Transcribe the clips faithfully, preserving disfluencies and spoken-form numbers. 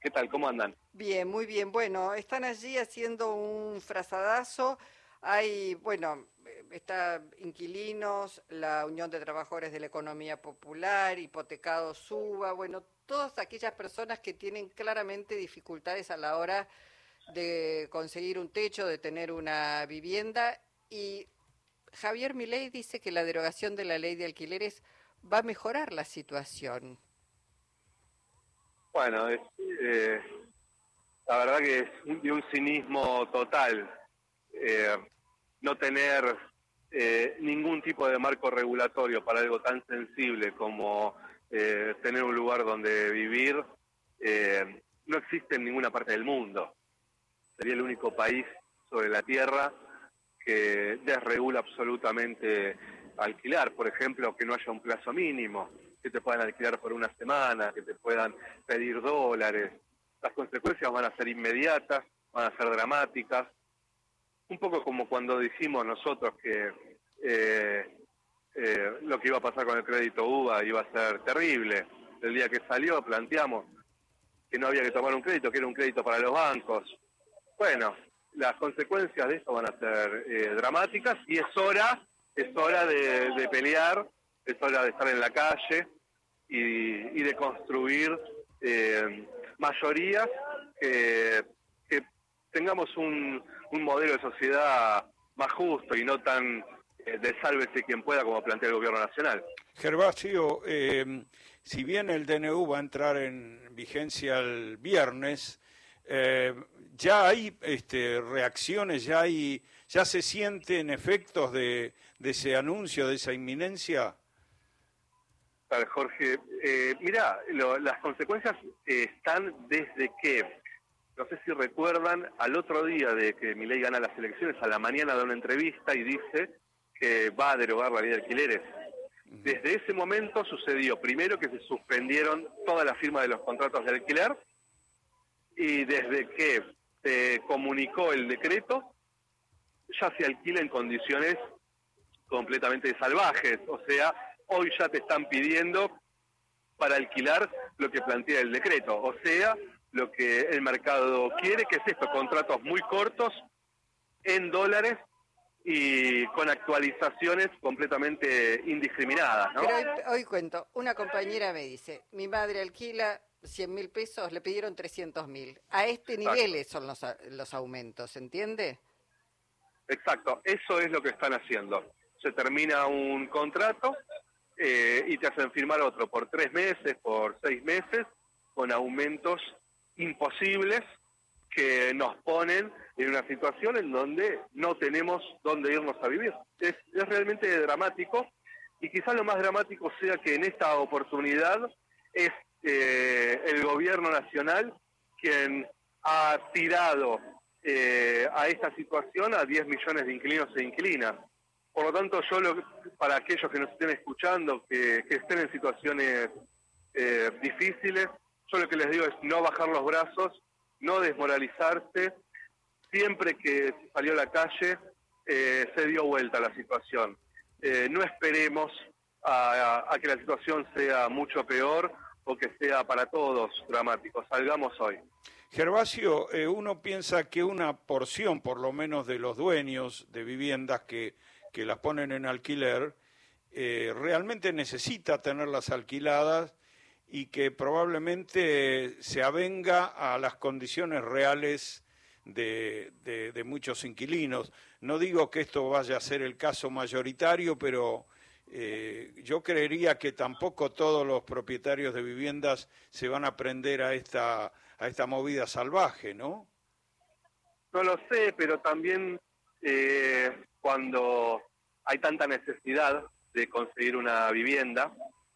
¿Qué tal? ¿Cómo andan? Bien, muy bien. Bueno, están allí haciendo un frazadazo. Hay, bueno, eh, está Inquilinos, la Unión de Trabajadores de la Economía Popular, Hipotecados Suba, bueno, todas aquellas personas que tienen claramente dificultades a la hora de conseguir un techo, de tener una vivienda. Y Javier Milei dice que la derogación de la ley de alquileres va a mejorar la situación. Bueno, es, eh, la verdad que es un- de un cinismo total eh, no tener eh, ningún tipo de marco regulatorio para algo tan sensible como eh, tener un lugar donde vivir. Eh, no existe en ninguna parte del mundo. Sería el único país sobre la Tierra que desregula absolutamente alquilar, por ejemplo, que no haya un plazo mínimo, que te puedan alquilar por una semana, que te puedan pedir dólares. Las consecuencias van a ser inmediatas, van a ser dramáticas, un poco como cuando dijimos nosotros que eh, eh, lo que iba a pasar con el crédito U B A iba a ser terrible. El día que salió planteamos que no había que tomar un crédito, que era un crédito para los bancos. Bueno, las consecuencias de eso van a ser eh, dramáticas y es hora, es hora de, de pelear, es hora de estar en la calle y, y de construir eh, mayorías que, que tengamos un, un modelo de sociedad más justo y no tan eh, de sálvese quien pueda como plantea el gobierno nacional. Gervasio, eh, si bien el D N U va a entrar en vigencia el viernes, eh, ya hay este, reacciones, ya hay, ya se sienten efectos de, de ese anuncio, de esa inminencia. Tal, Jorge, eh, mirá, lo, las consecuencias eh, están desde que, no sé si recuerdan, al otro día de que Milei gana las elecciones, a la mañana da una entrevista y dice que va a derogar la ley de alquileres. Desde ese momento sucedió, primero, que se suspendieron toda la firma de los contratos de alquiler, y desde que se comunicó el decreto, ya se alquila en condiciones completamente salvajes. O sea, hoy ya te están pidiendo para alquilar lo que plantea el decreto, o sea, lo que el mercado quiere, que es esto, contratos muy cortos, en dólares, y con actualizaciones completamente indiscriminadas, ¿no? Pero hoy, hoy cuento, una compañera me dice, mi madre alquila cien mil pesos, le pidieron trescientos mil. A este Exacto, nivel son los, a- los aumentos, ¿entiende? exacto, eso es lo que están haciendo. Se termina un contrato eh, y te hacen firmar otro por tres meses, por seis meses, con aumentos imposibles que nos ponen en una situación en donde no tenemos dónde irnos a vivir. Es, es realmente dramático, y quizás lo más dramático sea que en esta oportunidad es eh, el gobierno nacional quien ha tirado eh, a esta situación a diez millones de inquilinos e inquilinas. Por lo tanto, yo lo, para aquellos que nos estén escuchando, que, que estén en situaciones eh, difíciles, yo lo que les digo es no bajar los brazos, no desmoralizarse. Siempre que se salió a la calle eh, se dio vuelta la situación. Eh, no esperemos a, a, a que la situación sea mucho peor o que sea para todos dramático. Salgamos hoy. Gervasio, eh, uno piensa que una porción, por lo menos, de los dueños de viviendas que, que las ponen en alquiler, eh, realmente necesita tenerlas alquiladas y que probablemente se avenga a las condiciones reales de, de, de muchos inquilinos. No digo que esto vaya a ser el caso mayoritario, pero eh, yo creería que tampoco todos los propietarios de viviendas se van a prender a esta, a esta movida salvaje, ¿no? No lo sé, pero también eh, cuando hay tanta necesidad de conseguir una vivienda,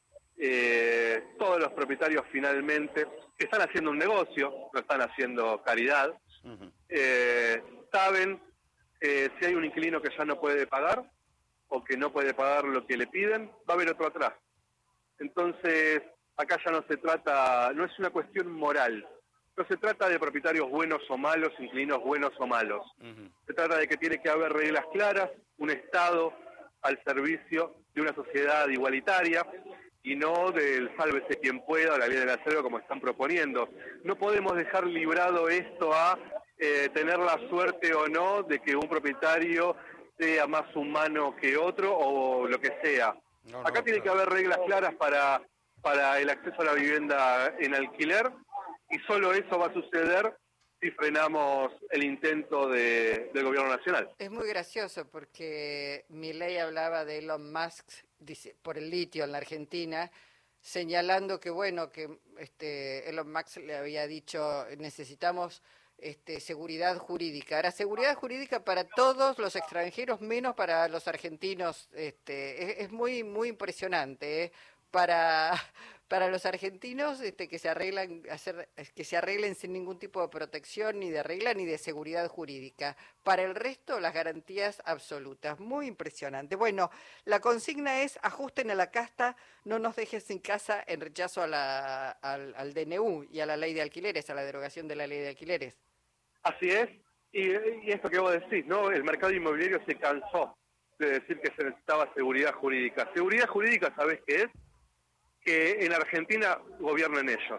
eh, todos los propietarios finalmente, que están haciendo un negocio, no están haciendo caridad, Uh-huh. eh, saben eh, si hay un inquilino que ya no puede pagar o que no puede pagar lo que le piden, va a haber otro atrás. Entonces, acá ya no se trata, no es una cuestión moral, no se trata de propietarios buenos o malos, inquilinos buenos o malos. Uh-huh. Se trata de que tiene que haber reglas claras, un Estado al servicio de una sociedad igualitaria, y no del sálvese quien pueda o la ley de la selva como están proponiendo. No podemos dejar librado esto a eh, tener la suerte o no de que un propietario sea más humano que otro o lo que sea. No, no, Acá tiene claro. que haber reglas claras para, para el acceso a la vivienda en alquiler y solo eso va a suceder si frenamos el intento de, del gobierno nacional. Es muy gracioso porque Milei hablaba de Elon Musk dice, por el litio en la Argentina, señalando que bueno que este Elon Musk le había dicho necesitamos este, seguridad jurídica. Ahora, seguridad jurídica para todos los extranjeros menos para los argentinos. Este, es, es muy muy impresionante, ¿eh? Para para los argentinos este, que se arreglan hacer que se arreglen sin ningún tipo de protección ni de regla ni de seguridad jurídica. Para el resto las garantías absolutas. Muy impresionante. Bueno, la consigna es ajusten a la casta, no nos dejes sin casa en rechazo a la, al, al D N U y a la ley de alquileres, a la derogación de la ley de alquileres. Así es, y, y esto que vos decís, ¿no? El mercado inmobiliario se cansó de decir que se necesitaba seguridad jurídica. Seguridad jurídica, ¿sabés qué es? Que en Argentina gobiernen ellos.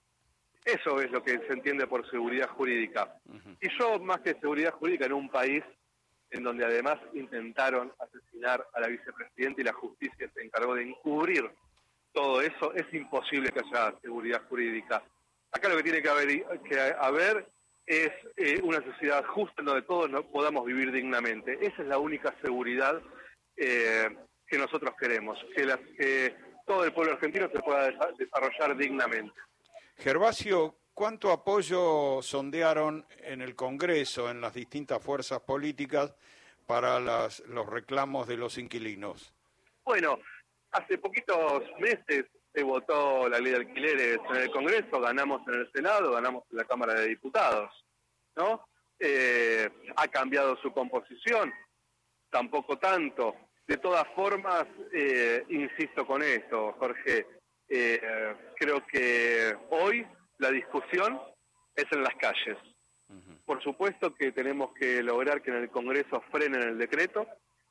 Eso es lo que se entiende por seguridad jurídica. Uh-huh. Y yo, más que seguridad jurídica, en un país en donde además intentaron asesinar a la vicepresidenta y la justicia se encargó de encubrir todo eso, es imposible que haya seguridad jurídica. Acá lo que tiene que haber, que haber es eh, una sociedad justa en donde todos no podamos vivir dignamente. Esa es la única seguridad eh, que nosotros queremos, que, las, que todo el pueblo argentino se pueda desarrollar dignamente. Gervasio, ¿cuánto apoyo sondearon en el Congreso, en las distintas fuerzas políticas, para las, los reclamos de los inquilinos? Bueno, hace poquitos meses se votó la ley de alquileres en el Congreso, ganamos en el Senado, ganamos en la Cámara de Diputados, ¿no? Eh, ha cambiado su composición, tampoco tanto. De todas formas, eh, insisto con esto, Jorge, eh, creo que hoy la discusión es en las calles. Uh-huh. Por supuesto que tenemos que lograr que en el Congreso frenen el decreto,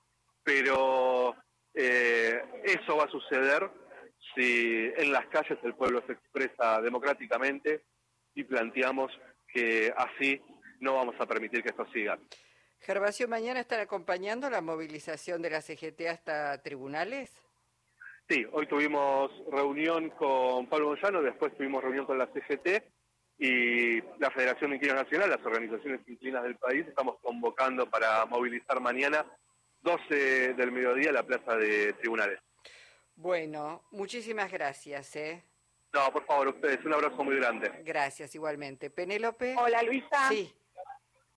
pero eh, eso va a suceder si en las calles el pueblo se expresa democráticamente y planteamos que así no vamos a permitir que esto siga. Gervasio, ¿mañana están acompañando la movilización de la C G T hasta tribunales? Sí, hoy tuvimos reunión con Pablo Moyano, después tuvimos reunión con la C G T y la Federación de Inquilinos Nacional, las organizaciones inquilinas del país, estamos convocando para movilizar mañana doce del mediodía a la plaza de tribunales. Bueno, muchísimas gracias, ¿eh? No, por favor, ustedes, un abrazo muy grande. Gracias, igualmente. Penélope. Hola, Luisa. Sí.